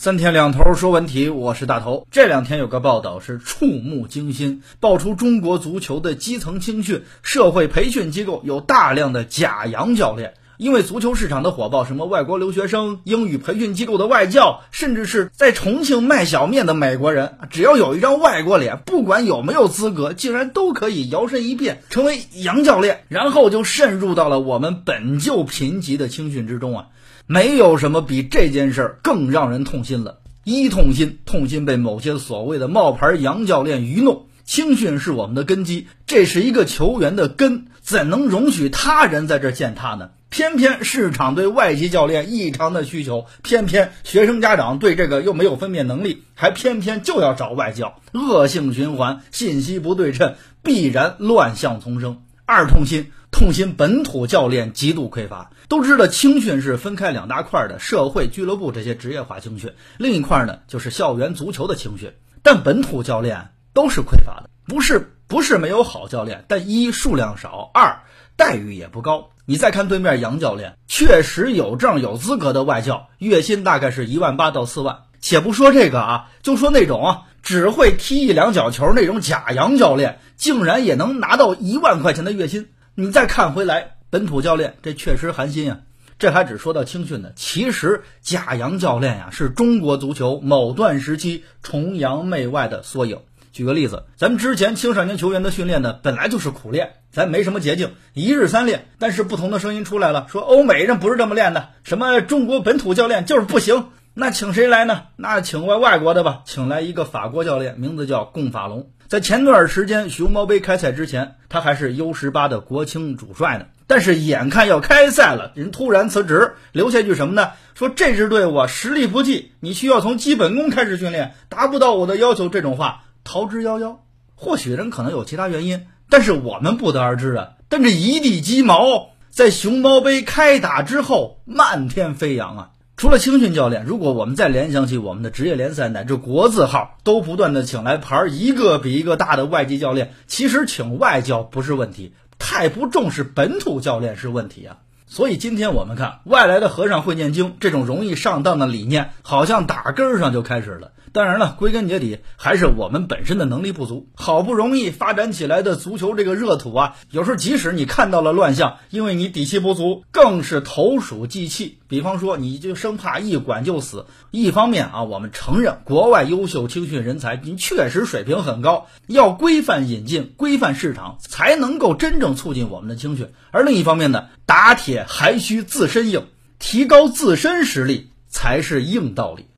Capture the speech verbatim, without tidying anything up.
三天两头说问题，我是大头。这两天有个报道是触目惊心，爆出中国足球的基层青训社会培训机构有大量的假洋教练。因为足球市场的火爆，什么外国留学生、英语培训机构的外教，甚至是在重庆卖小面的美国人，只要有一张外国脸，不管有没有资格，竟然都可以摇身一变成为洋教练，然后就渗入到了我们本就贫瘠的青训之中啊！没有什么比这件事更让人痛心了。一痛心，痛心被某些所谓的冒牌洋教练愚弄。青训是我们的根基，这是一个球员的根，怎能容许他人在这践踏呢？偏偏市场对外籍教练异常的需求，偏偏学生家长对这个又没有分辨能力，还偏偏就要找外教，恶性循环，信息不对称，必然乱象丛生。二痛心，痛心本土教练极度匮乏。都知道青训是分开两大块的，社会俱乐部这些职业化青训，另一块呢就是校园足球的青训，但本土教练都是匮乏的，不是不是没有好教练，但一数量少，二待遇也不高。你再看对面杨教练，确实有证有资格的外教，月薪大概是一万八到四万。且不说这个啊，就说那种啊只会踢一两脚球那种假洋教练，竟然也能拿到一万块钱的月薪。你再看回来本土教练，这确实寒心啊。这还只说到青训的，其实假洋教练呀、啊、是中国足球某段时期崇洋媚外的缩影。举个例子，咱们之前青少年球员的训练呢，本来就是苦练，咱没什么捷径，一日三练。但是不同的声音出来了，说欧美人不是这么练的，什么中国本土教练就是不行。那请谁来呢？那请外外国的吧，请来一个法国教练，名字叫贡法龙。在前段时间熊猫杯开赛之前，他还是 U 十八 的国青主帅呢。但是眼看要开赛了，人突然辞职，留下句什么呢？说这支队伍实力不济，你需要从基本功开始训练，达不到我的要求，这种话逃之夭夭。或许人可能有其他原因，但是我们不得而知啊。但这一地鸡毛在熊猫杯开打之后漫天飞扬啊。除了青训教练，如果我们再联想起我们的职业联赛乃至国字号都不断的请来牌一个比一个大的外籍教练，其实请外教不是问题，太不重视本土教练是问题啊。所以今天我们看外来的和尚会念经这种容易上当的理念，好像打根上就开始了。当然了，归根结底还是我们本身的能力不足。好不容易发展起来的足球这个热土啊，有时候即使你看到了乱象，因为你底气不足，更是投鼠忌器。比方说你就生怕一管就死。一方面啊，我们承认国外优秀青训人才你确实水平很高，要规范引进，规范市场，才能够真正促进我们的青训。而另一方面呢，打铁还需自身硬，提高自身实力才是硬道理。